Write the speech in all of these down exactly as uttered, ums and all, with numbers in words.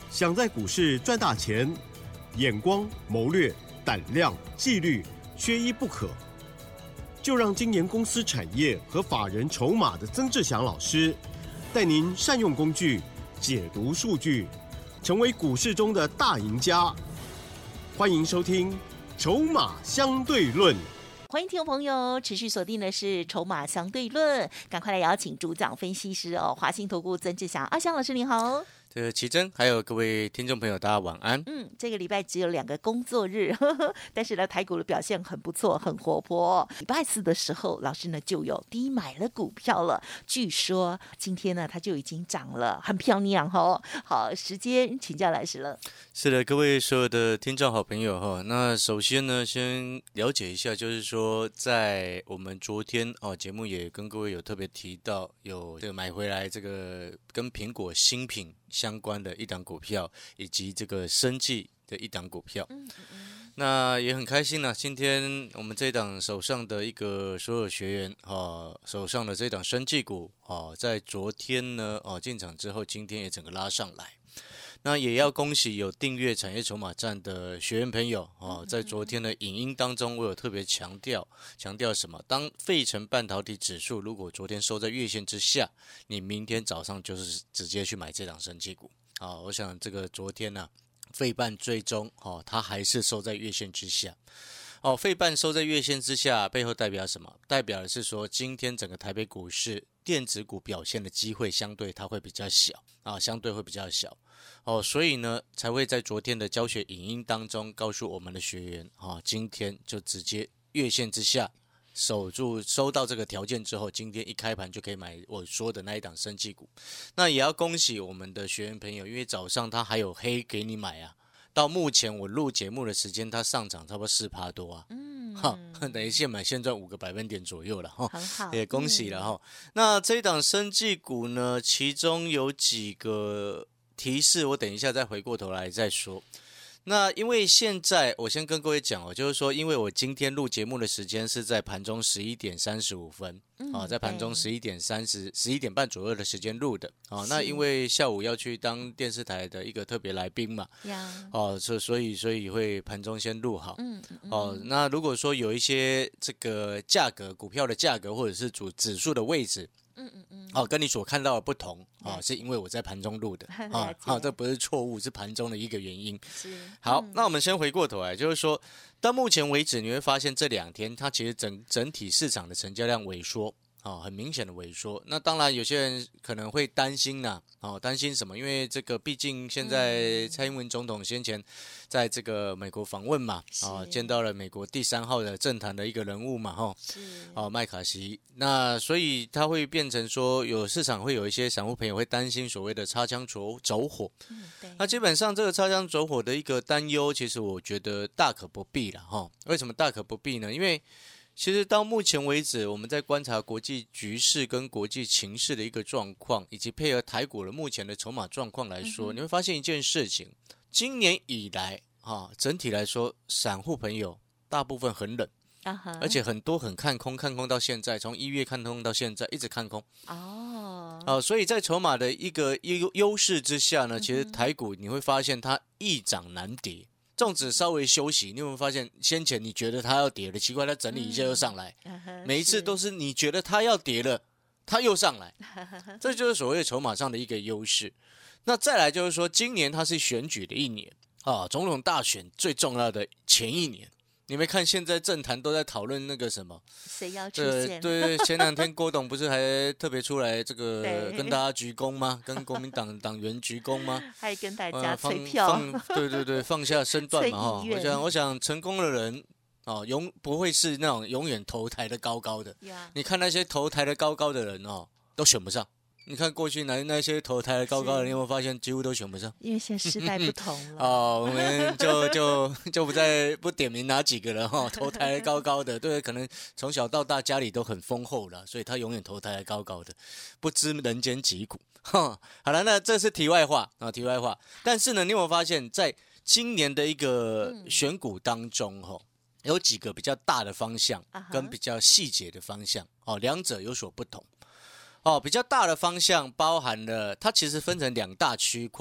想在股市赚大钱，眼光、谋略、胆量、纪律，缺一不可。就让今年公司产业和法人筹码的曾志祥老师，带您善用工具，解读数据，成为股市中的大赢家。欢迎收听《筹码相对论》。 欢迎听众朋友持续锁定的是筹码相对论，赶快来邀请主讲分析师哦，华信投顾曾志祥阿祥老师您好。 这个奇珍还有各位听众朋友大家晚安。 嗯，这个礼拜只有两个工作日，呵呵，但是呢台股的表现很不错，很活泼。礼拜四的时候老师呢就有低买了股票了，据说今天呢它就已经涨了，很漂亮哦。好，时间请教老师了。 是的，各位所有的听众好朋友哈，那首先呢先了解一下，就是说在我们昨天哦节目也跟各位有特别提到，有这个买回来这个跟苹果新品相关的一档股票，以及这个生技的一档股票。嗯嗯，那也很开心呢、啊。今天我们这一档手上的一个所有学员啊，手上的这一档生技股啊，在昨天呢啊进场之后，今天也整个拉上来。那也要恭喜有订阅产业筹码站的学员朋友啊，在昨天的影音当中，我有特别强调，强调什么？当费城半导体指数如果昨天收在月线之下，你明天早上就是直接去买这档生技股啊。我想这个昨天呢、啊，费半最终哦，它还是收在月线之下。哦，费半收在月线之下，背后代表什么？代表的是说，今天整个台北股市电子股表现的机会相对它会比较小啊，相对会比较小。哦，所以呢，才会在昨天的教学影音当中告诉我们的学员啊，今天就直接月线之下守住，收到这个条件之后，今天一开盘就可以买我说的那一档生技股。那也要恭喜我们的学员朋友，因为早上他还有黑给你买啊。到目前我录节目的时间，它上涨差不多四趴多啊，嗯，哈，等于现买现赚五个百分点左右了哈， 很好， 也恭喜了哈、嗯。那这一档生技股呢，其中有几个提示，我等一下再回过头来再说。那因为现在我先跟各位讲哦，就是说，因为我今天录节目的时间是在盘中十一点三十五分，嗯、啊，在盘中十一点三十、十一点半左右的时间录的，啊，那因为下午要去当电视台的一个特别来宾嘛，哦，所所以所以会盘中先录好，嗯嗯，哦，那如果说有一些这个价格、股票的价格或者是主指数的位置。嗯嗯嗯，哦，跟你所看到的不同啊，是因为我在盘中录的啊，好，这不是错误，是盘中的一个原因。是，好，嗯、那我们先回过头来，就是说，到目前为止，你会发现这两天它其实整整体市场的成交量萎缩。哦，很明显的萎缩。那当然，有些人可能会担心呐、啊，哦，担心什么？因为这个毕竟现在蔡英文总统先前在这个美国访问嘛，哦，见到了美国第三号的政坛的一个人物嘛，哈、哦，哦，麦卡锡。那所以他会变成说，有市场会有一些散户朋友会担心所谓的擦枪走走火。嗯，对。那基本上这个擦枪走火的一个担忧，其实我觉得大可不必了，哈、哦。为什么大可不必呢？因为其实到目前为止，我们在观察国际局势跟国际情势的一个状况，以及配合台股的目前的筹码状况来说，嗯、你会发现一件事情：今年以来啊，整体来说，散户朋友大部分很冷，啊、而且很多很看空，看空到现在，从一月看空到现在，一直看空。哦，啊，所以在筹码的一个优优势之下呢，其实台股你会发现它易涨难跌。纵使稍微休息，你有没有发现先前你觉得它要跌了，奇怪它整理一下又上来，嗯、每一次都是你觉得它要跌了，它又上来，这就是所谓筹码上的一个优势。那再来就是说，今年它是选举的一年啊，总统大选最重要的前一年。你没看现在政坛都在讨论那个什么？ 谁要出现？ 对对，前两天郭董不是还特别出来这个跟大家鞠躬吗？跟国民党党员鞠躬吗？ 还跟大家催票、 呃。对对对，放下身段嘛哈。我想，我想成功的人哦，永不会是那种永远头抬得高高的。Yeah. 你看那些头抬得高高的人哦，都选不上。你看过去那那些头抬得高高的，你有没有发现几乎都选不上？ 因为现在时代不同了。 哦，我们就就就不再不点名哪几个了哈、哦，头抬得高高的，对，可能从小到大家里都很丰厚了，所以他永远头抬得高高的，不知人间疾苦。哈，好了，那这是题外话啊，题外话。但是呢，你有没有发现，在今年的一个选股当中，哈、哦，有几个比较大的方向跟比较细节的方向，哦，两者有所不同。哦，比较大的方向包含了，它其实分成两大区块，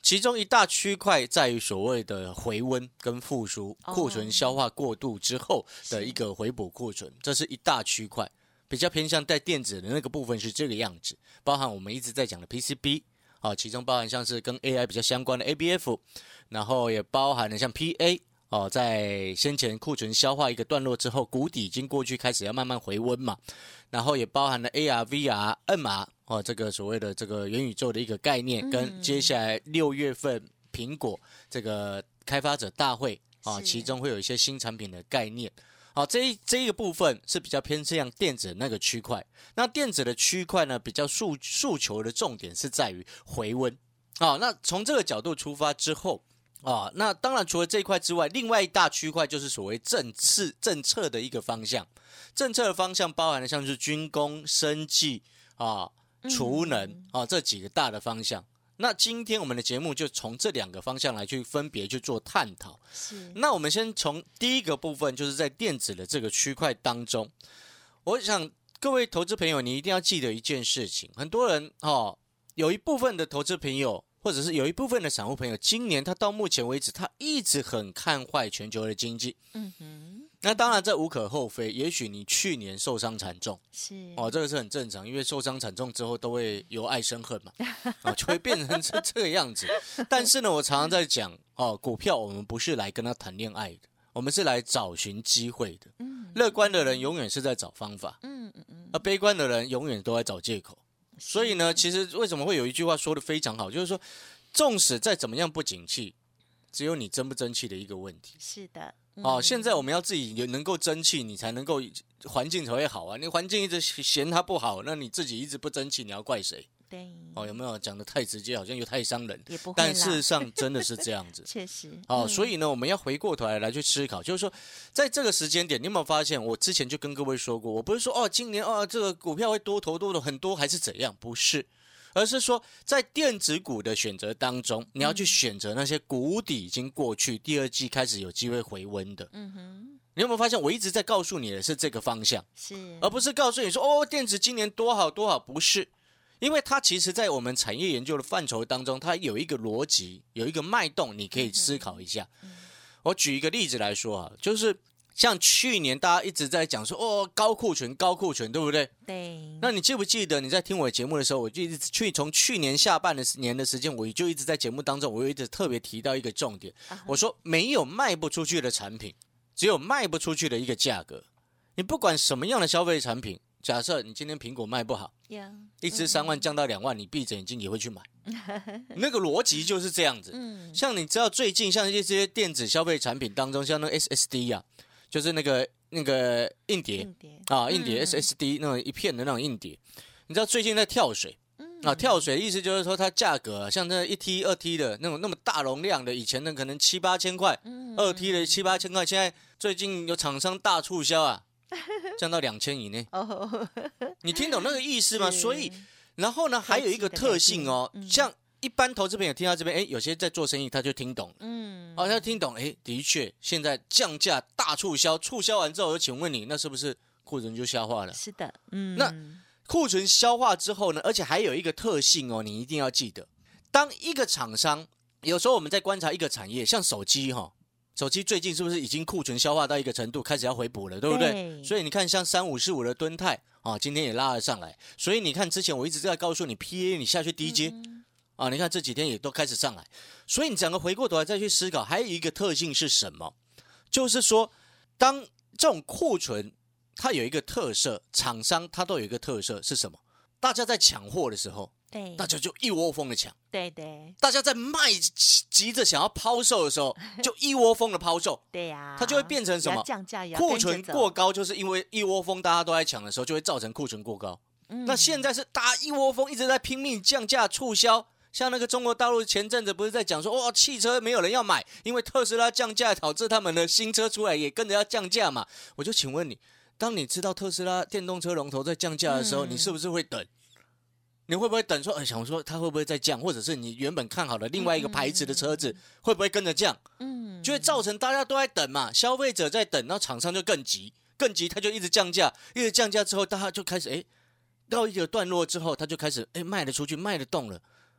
其中一大区块在于所谓的回温跟复苏， 哦库存消化过度之后的一个回补库存，这是一大区块，比较偏向在电子的那个部分是这个样子，包含我们一直在讲的 P C B。啊，其中包含像是跟 A I 比较相关的 A B F， 然后也包含了像 P A 哦，在先前库存消化一个段落之后，谷底已经过去，开始要慢慢回温嘛。然后也包含了 A R、V R、N R 哦，这个所谓的这个元宇宙的一个概念，跟接下来六月份苹果这个开发者大会啊，其中会有一些新产品的概念。好，这一这一个部分是比较偏向电子的那个区块。那电子的区块呢，比较诉诉求的重点是在于回温。好，那从这个角度出发之后，啊，那当然除了这一块之外，另外一大区块就是所谓政策政策的一个方向。政策的方向包含了像是军工、生技啊、储能啊这几个大的方向。那今天我们的节目就从这两个方向来去分别去做探讨。 是， 那我们先从第一个部分，就是在电子的这个区块当中，我想各位投资朋友，你一定要记得一件事情，很多人哦，有一部分的投资朋友，或者是有一部分的散户朋友，今年他到目前为止，他一直很看坏全球的经济。嗯哼。那当然，这无可厚非。也许你去年受伤惨重， 是哦，这个是很正常，因为受伤惨重之后都会由爱生恨嘛，哦，就会变成这这个样子。但是呢，我常常在讲哦，股票我们不是来跟他谈恋爱的，我们是来找寻机会的。嗯，乐观的人永远是在找方法，嗯嗯嗯，而悲观的人永远都在找借口。所以呢，其实为什么会有一句话说得非常好，就是说，纵使再怎么样不景气，只有你争不争气的一个问题。 是的。 哦，现在我们要自己也能够争气，你才能够环境才会好啊。你环境一直嫌它不好，那你自己一直不争气，你要怪谁？ 对。 哦，有没有讲得太直接，好像又太伤人？ 也不会啦。 但事实上真的是这样子。 确实。 哦、 嗯， 所以呢，我们要回过头来来去思考，就是说，在这个时间点，你有没有发现？我之前就跟各位说过，我不是说哦，今年哦这个股票会多头多头很多，还是怎样？不是。而是说，在电子股的选择当中，你要去选择那些谷底已经过去，第二季开始有机会回温的。嗯哼，你有没有发现，我一直在告诉你的是这个方向， 是， 而不是告诉你说哦，电子今年多好多好，不是，因为它其实在我们产业研究的范畴当中，它有一个逻辑，有一个脉动，你可以思考一下。嗯、我举一个例子来说啊，就是。像去年大家一直在讲说哦高库存高库存对不对？ 对。 那你记不记得你在听我的节目的时候，我就一直去从去年下半年的时间，我就一直在节目当中，我一直特别提到一个重点， uh-huh. 我说没有卖不出去的产品，只有卖不出去的一个价格。你不管什么样的消费产品，假设你今天苹果卖不好， yeah. 一支三万降到两万，你闭着眼睛也会去买。那个逻辑就是这样子。嗯、像你知道最近像这些电子消费产品当中，像那个 S S D 啊。就是那个那个硬碟, 硬碟啊，硬碟 S S D 那种一片的那种硬碟，你知道最近在跳水、嗯、啊，跳水的意思就是说它价格、啊、像那一 T 二 T 的那种那么大容量的，以前的可能七八千块，二 T 的七八千块，现在最近有厂商大促销啊，降到两千以内。你听懂那个意思吗？所以，然后呢，还有一个特性哦，嗯、像。一般投资朋友听到这边，哎，有些在做生意，他就听懂了，嗯，哦，他听懂，哎，的确，现在降价大促销，促销完之后，我就请问你，那是不是库存就消化了？ 是的，嗯， 那库存消化之后呢，而且还有一个特性哦，你一定要记得，当一个厂商，有时候我们在观察一个产业，像手机哈、哦，手机最近是不是已经库存消化到一个程度，开始要回补了，对不对？对，所以你看，像三五四五的敦泰啊、哦，今天也拉了上来，所以你看之前我一直在告诉你 ，P A 你下去低接。嗯啊，你看这几天也都开始上来，所以你整个回过头来再去思考，还有一个特性是什么？就是说，当这种库存它有一个特色，厂商它都有一个特色是什么？大家在抢货的时候， 对， 大家就一窝蜂的抢， 对对。 大家在卖急着想要抛售的时候，就一窝蜂的抛售， 对呀、啊， 它就会变成什么？ 降价库存过高，就是因为一窝蜂大家都在抢的时候，就会造成库存过高。嗯、那现在是大家一窝蜂一直在拼命降价促销。像那个中国大陆前阵子不是在讲说，哦，汽车没有人要买，因为特斯拉降价导致他们的新车出来也跟着要降价嘛。我就请问你，当你知道特斯拉电动车龙头在降价的时候，嗯、你是不是会等？你会不会等说，呃、想说它会不会再降，或者是你原本看好的另外一个牌子的车子、嗯、会不会跟着降？嗯，就会造成大家都在等嘛，消费者在等，然后厂商就更急，更急，他就一直降价，一直降价之后，大家就开始哎，到一个段落之后，他就开始哎卖得出去，卖得动了。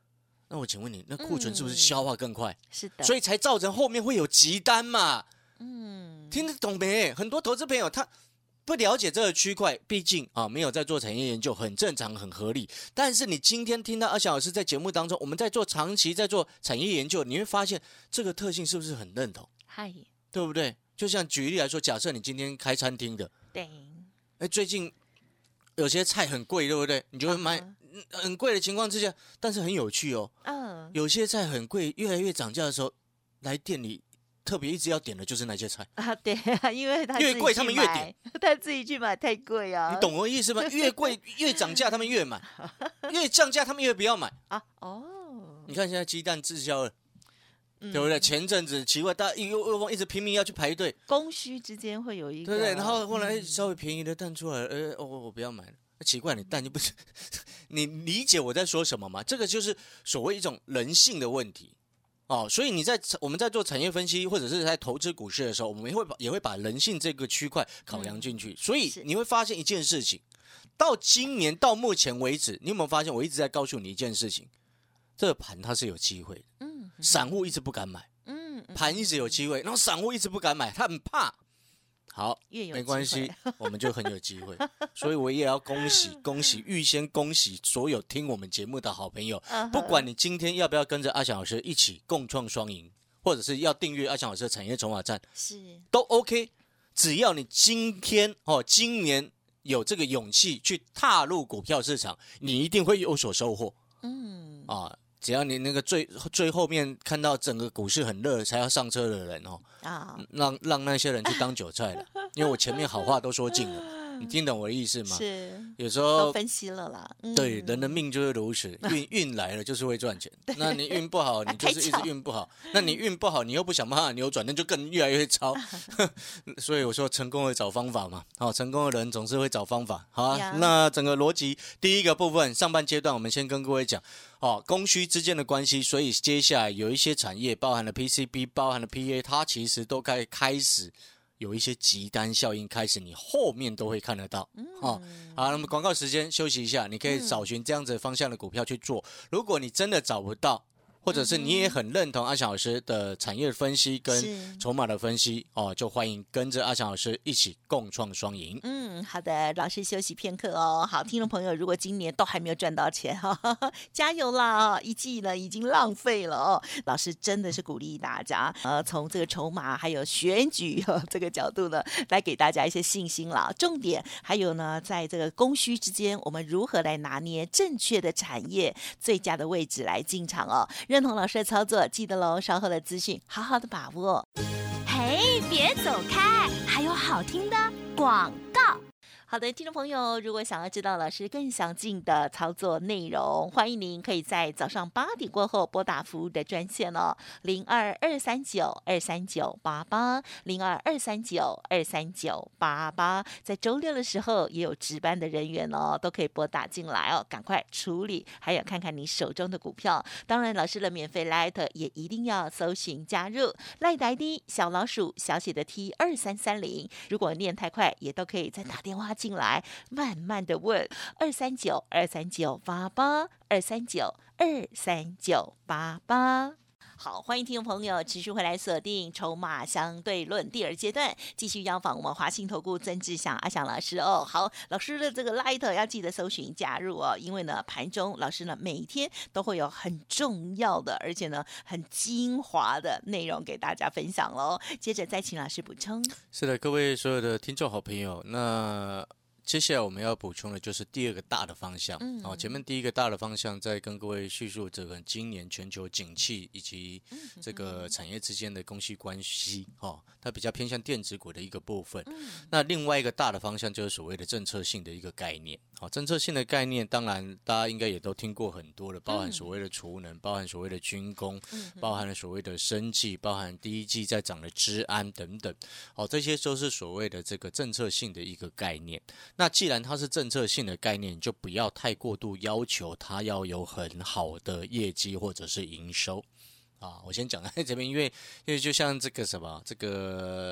那我请问你，那库存是不是消化更快？ 嗯、是的， 所以才造成后面会有急单嘛。 嗯， 听得懂没？很多投资朋友他不了解这个区块，毕竟啊没有在做产业研究，很正常，很合理。但是你今天听到阿翔老师在节目当中，我们在做长期在做产业研究，你会发现这个特性是不是很认同？ 嗨， 对不对？就像举例来说，假设你今天开餐厅的， 对， 哎，最近有些菜很贵，对不对？你就会买。Uh-huh.很贵的情况之下，但是很有趣哦。嗯，有些菜很贵，越来越涨价的时候，来店里特别一直要点的就是那些菜啊。对啊，因为他越贵他们越点， 他自己去买太贵啊。 你懂我意思吗？越贵越涨价，他们越买；越降价，他们越不要买啊。哦，你看现在鸡蛋滞销了。嗯、对不对？前阵子奇怪，大家又一直拼命要去排队， 供需之间会有一个， 对不对？然后后来稍微便宜的蛋出来了，呃，哦，我不要买了。奇怪，你蛋就不是，你理解我在说什么吗？这个就是所谓一种人性的问题哦。所以你在我们在做产业分析或者是在投资股市的时候，我们也会把也会把人性这个区块考量进去。嗯、所以你会发现一件事情，到今年到目前为止，你有没有发现我一直在告诉你一件事情？这个盘它是有机会的，嗯，散户一直不敢买，嗯，盘一直有机会，然后散户一直不敢买，他很怕。好，没关系，我们就很有机会，所以我也要恭喜恭喜，预先恭喜所有听我们节目的好朋友， uh-huh. 不管你今天要不要跟着阿翔老师一起共创双赢，或者是要订阅阿翔老师的产业筹码站，是都 OK， 只要你今天哦，今年有这个勇气去踏入股票市场，你一定会有所收获，嗯啊。只要你那个最最后面看到整个股市很热才要上车的人哦，啊，让让那些人去当韭菜了，因为我前面好话都说尽了，你听懂我的意思吗？ 是， 有时候都分析了啦。嗯、 对，人的命就是如此，运运来了就是会赚钱，那你运不好，你就是一直运不好，那你运不好，你又不想办法扭转，那就更越来越糟。所以我说成功会找方法嘛，好、哦，成功的人总是会找方法。好啊，那整个逻辑第一个部分上半阶段，我们先跟各位讲。哦，供需之间的关系，所以接下来有一些产业，包含了 P C B， 包含了 P A， 它其实都该开始有一些急单效应，开始你后面都会看得到。嗯、哦，好，那么广告时间休息一下，你可以找寻这样子方向的股票去做。如果你真的找不到，或者是你也很认同阿翔老师的产业分析跟筹码的分析哦，就欢迎跟着阿翔老师一起共创双赢。 嗯，好的，老师休息片刻哦。好，听众朋友，如果今年都还没有赚到钱哈、哦，加油啦！一季呢已经浪费了哦。老师真的是鼓励大家，呃，从这个筹码还有选举、哦、这个角度呢，来给大家一些信心啦。重点还有呢，在这个供需之间，我们如何来拿捏正确的产业最佳的位置来进场哦。认同老师的操作，记得喽，稍后的资讯好好的把握。 嘿，别走开，还有好听的广告。 好的，听众朋友，如果想要知道老师更详尽的操作内容，欢迎您可以在早上八点过后拨打服务的专线哦，零二二三九二三九八八，零二二三九二三九八八。在周六的时候也有值班的人员哦，都可以拨打进来哦，赶快处理，还有看看你手中的股票。当然，老师的免费 Line 也一定要搜寻加入 Line 的 I D 小老鼠小写的 T 二三三零，如果念太快，也都可以再打电话进来，慢慢的问二三九二三九八八二三九二三九八八。好，欢迎听众朋友持续回来锁定筹码相对论第二阶段，继续邀访我们华信投顾曾志祥阿翔老师哦。好，老师的这个 Light 要记得搜寻加入哦，因为呢盘中老师呢每一天都会有很重要的，而且呢很精华的内容给大家分享喽。接着再请老师补充。 是的，各位所有的听众好朋友，那接下来我们要补充的就是第二个大的方向。嗯，哦，前面第一个大的方向在跟各位叙述这个今年全球景气以及这个产业之间的供需关系。哦，它比较偏向电子股的一个部分。嗯，那另外一个大的方向就是所谓的政策性的一个概念。好，政策性的概念，当然大家应该也都听过很多了，包含所谓的储能，包含所谓的军工，包含了所谓的生技，包含第一季在涨的治安等等。好，这些都是所谓的这个政策性的一个概念。那既然它是政策性的概念，你就不要太过度要求它要有很好的业绩或者是营收啊。我先讲在这边，因为因为就像这个什么这个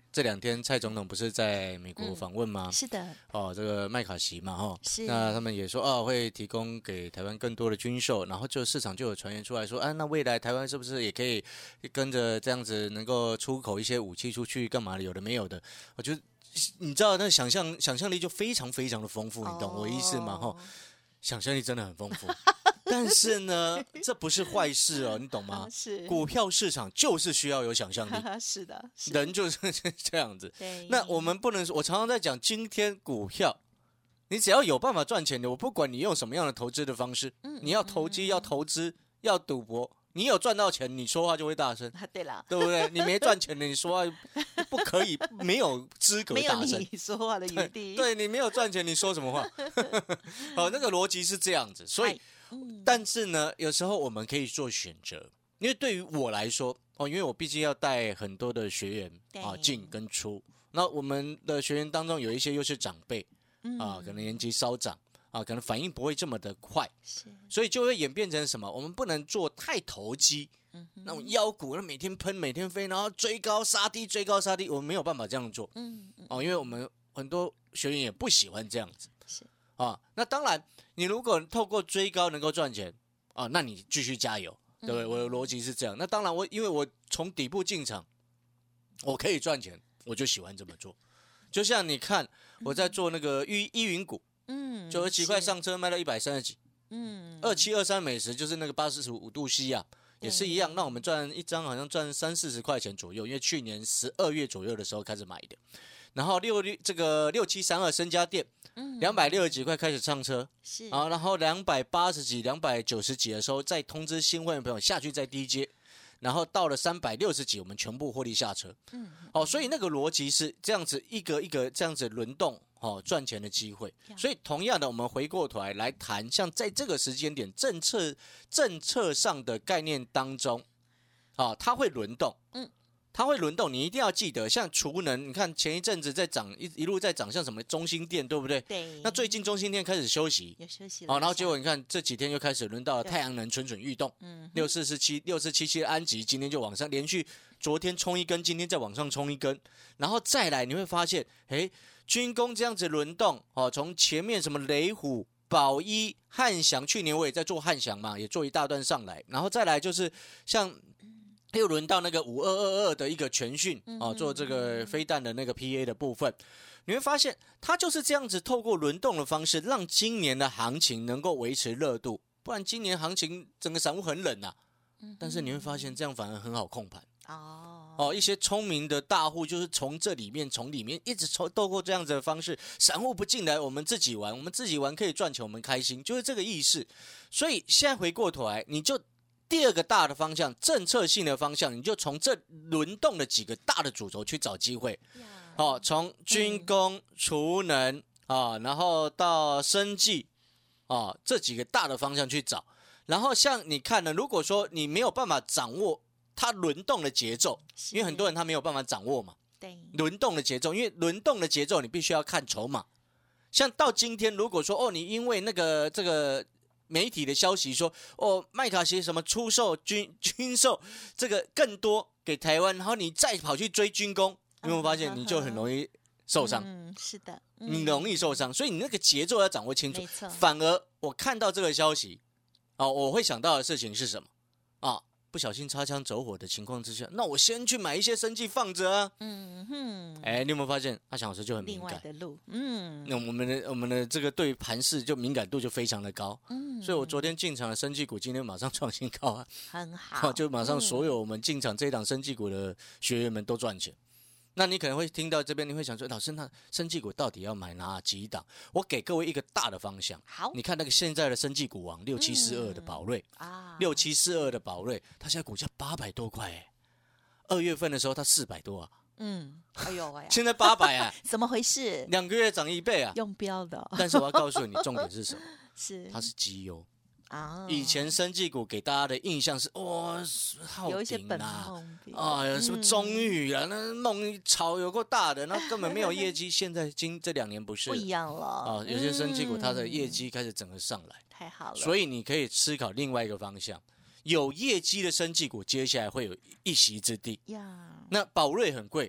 这两天蔡总统不是在美国访问吗？ 嗯、是的， 哦，这个麦卡锡嘛，哈， 是。 那他们也说，哦，会提供给台湾更多的军售，然后就市场就有传言出来说，啊，那未来台湾是不是也可以跟着这样子，能够出口一些武器出去，干嘛的？有的没有的，我觉得你知道，那想象想象力就非常非常的丰富，你懂我意思吗？哈、哦，想象力真的很丰富。但是呢，这不是坏事哦，你懂吗？ 是股票市场就是需要有想象力， 是的，是人就是这样子。 对， 那我们不能说，我常常在讲，今天股票，你只要有办法赚钱的，我不管你用什么样的投资的方式，嗯、你要投机、嗯、要投资、要赌博，你有赚到钱，你说话就会大声。 对了， 对不对？你没赚钱的，你说话不可以，没有资格大声， 没有你说话的余地。 对，对你没有赚钱，你说什么话？好，那个逻辑是这样子，所以。嗯、但是呢，有时候我们可以做选择，因为对于我来说，哦，因为我毕竟要带很多的学员啊进跟出，那我们的学员当中有一些又是长辈，嗯、啊，可能年纪稍长啊，可能反应不会这么的快，所以就会演变成什么？我们不能做太投机，嗯、那种妖股，那每天喷，每天飞，然后追高杀低，追高杀低，我们没有办法这样做，嗯嗯、哦，因为我们很多学员也不喜欢这样子，是啊，那当然。你如果透过追高能够赚钱啊，那你继续加油，对不对？嗯、我的逻辑是这样。那当然我，我因为我从底部进场，我可以赚钱，我就喜欢这么做。就像你看，我在做那个依依云股，嗯，九十几块上车卖到一百三十几，嗯，二七二三美食就是那个八十五度 C 啊，也是一样。那我们赚一张好像赚三四十块钱左右，因为去年十二月左右的时候开始买的。然后六六这个六七三二升家电，两百六十几块开始上车，是啊，然后两百八十几、两百九十几的时候，再通知新会员朋友下去再低接，然后到了三百六十几，我们全部获利下车。嗯，哦，所以那个逻辑是这样子，一个一个这样子轮动，哦，赚钱的机会。所以同样的，我们回过头来来谈，像在这个时间点，政策政策上的概念当中，啊、哦，它会轮动。嗯。它会轮动，你一定要记得，像储能，你看前一阵子在涨，一一路在涨，像什么中兴电，对不对？对。那最近中兴电开始休息， 有休息了。 哦，然后结果你看这几天又开始轮到了太阳能蠢蠢欲动，嗯，六四四七六四七七的安吉今天就往上，连续昨天冲一根，今天再往上冲一根，然后再来你会发现，哎，军工这样子轮动，哦，从前面什么雷虎、宝一、汉翔，去年我也在做汉翔嘛，也做一大段上来，然后再来就是像。又轮到那个五二二二的一个全讯哦，做这个飞弹的那个 P A 的部分，你会发现它就是这样子透过轮动的方式，让今年的行情能够维持热度。不然今年行情整个散户很冷啊，但是你会发现这样反而很好控盘哦。哦，一些聪明的大户就是从这里面从里面一直从透过这样子的方式，散户不进来，我们自己玩，我们自己玩可以赚钱，我们开心，就是这个意思。所以现在回过头来，你就。第二个大的方向，政策性的方向，你就从这轮动的几个大的主轴去找机会。好、哦，从军工、储能啊、哦，然后到生技啊、哦，这几个大的方向去找。然后像你看呢，如果说你没有办法掌握它轮动的节奏，因为很多人他没有办法掌握嘛。对，轮动的节奏，因为轮动的节奏你必须要看筹码。像到今天，如果说哦，你因为那个这个。媒体的消息说，哦，麦卡锡什么出售军军售这个更多给台湾，然后你再跑去追军工，你有没有发现你就很容易受伤？ 嗯，是的， 嗯、你容易受伤，所以你那个节奏要掌握清楚。反而我看到这个消息，哦，我会想到的事情是什么？啊，不小心擦枪走火的情况之下，那我先去买一些生技放着啊。嗯哼，哎，你有没有发现阿翔老师就很敏感？ 另外的路，嗯， 那我们的我们的这个对盘势就敏感度就非常的高。嗯，所以我昨天进场的生技股，今天马上创新高啊， 很好， 就马上所有我们进场这一档生技股的学员们都赚钱。那你可能会听到这边，你会想说，老师，那生技股到底要买哪几档？我给各位一个大的方向。好，你看那个现在的生技股王六七四二的宝瑞、嗯、啊，六七四二的宝瑞，它现在股价八百多块哎，二月份的时候它四百多啊。 嗯，哎呦哎， 现在八百啊， 怎么回事？ 两个月涨一倍啊， 用标的、哦。 但是我要告诉你，重点是什么？ 是它是绩优。 啊， 以前生技股给大家的印象是哇，浩鼎啊，啊，有什么中裕啊，那梦炒有够大的，那根本没有业绩。现在今这两年不是不一样了啊，有些生技股它的业绩开始整个上来， 太好了。 所以你可以思考另外一个方向，有业绩的生技股接下来会有一席之地呀。那宝瑞很贵。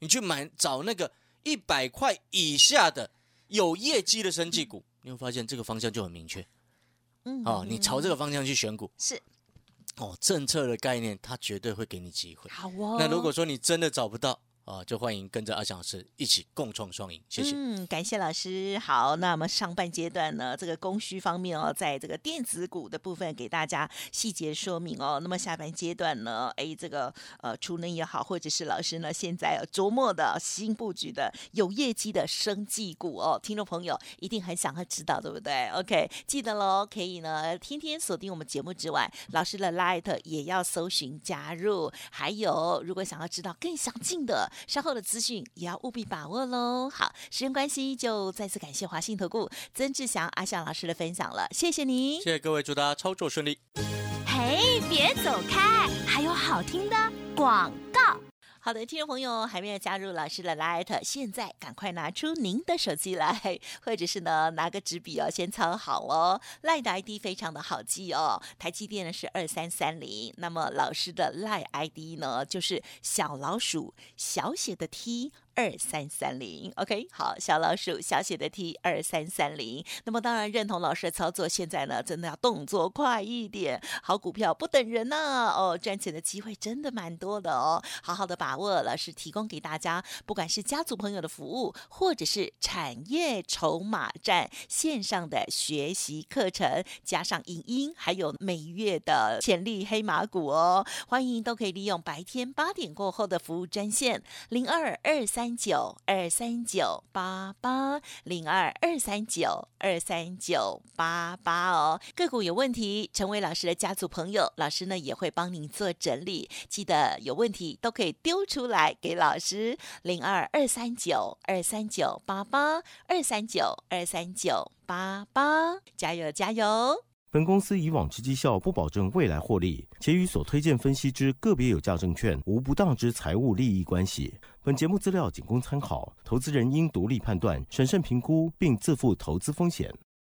你去买找那个一百块以下的有业绩的生技股，你会发现这个方向就很明确。嗯，哦，你朝这个方向去选股是。 哦，政策的概念，它绝对会给你机会。 好哦。 那如果说你真的找不到，啊，就欢迎跟着阿翔老师一起共创双赢，谢谢。 嗯，感谢老师。好，那么上半阶段呢，这个供需方面哦，在这个电子股的部分给大家细节说明哦。那么下半阶段呢，哎，这个呃储能也好，或者是老师呢现在琢磨的新布局的有业绩的生技股哦，听众朋友一定很想要知道，对不对 ？OK， 记得喽，可以呢天天锁定我们节目之外，老师的 Light 也要搜寻加入。还有，如果想要知道更详尽的，稍后的资讯也要务必把握喽。好，时间关系，就再次感谢华信投顾曾志祥阿翔老师的分享了，谢谢你， 谢谢各位，祝大家操作顺利。 嘿，别走开，还有好听的广告。 好的，听众朋友还没有加入老师的 Light， 现在赶快拿出您的手机来，或者是呢拿个纸笔哦，先抄好哦。Light 的 I D 非常的好记哦，台积电呢是二三三零，那么老师的 Light I D 呢就是小老鼠小写的 T。二三三零 ，OK， 好，小老鼠小写的 T 二三三零。那么当然认同老师的操作，现在呢真的要动作快一点，好股票不等人呐、啊、哦，赚钱的机会真的蛮多的哦，好好的把握。老师提供给大家，不管是家族朋友的服务，或者是产业筹码战线上的学习课程，加上影音，还有每月的潜力黑马股哦，欢迎都可以利用白天八点过后的服务专线零二二三。三九二三九八八零二二三九二三九八八哦，个股有问题，成为老师的家族朋友，老师呢也会帮您做整理。记得有问题都可以丢出来给老师，零二二三九二三九八八二三九二三九八八，加油加油！ 本公司以往之绩效不保证未来获利，且与所推荐分析之个别有价证券无不当之财务利益关系。本节目资料仅供参考，投资人应独立判断、审慎评估，并自负投资风险。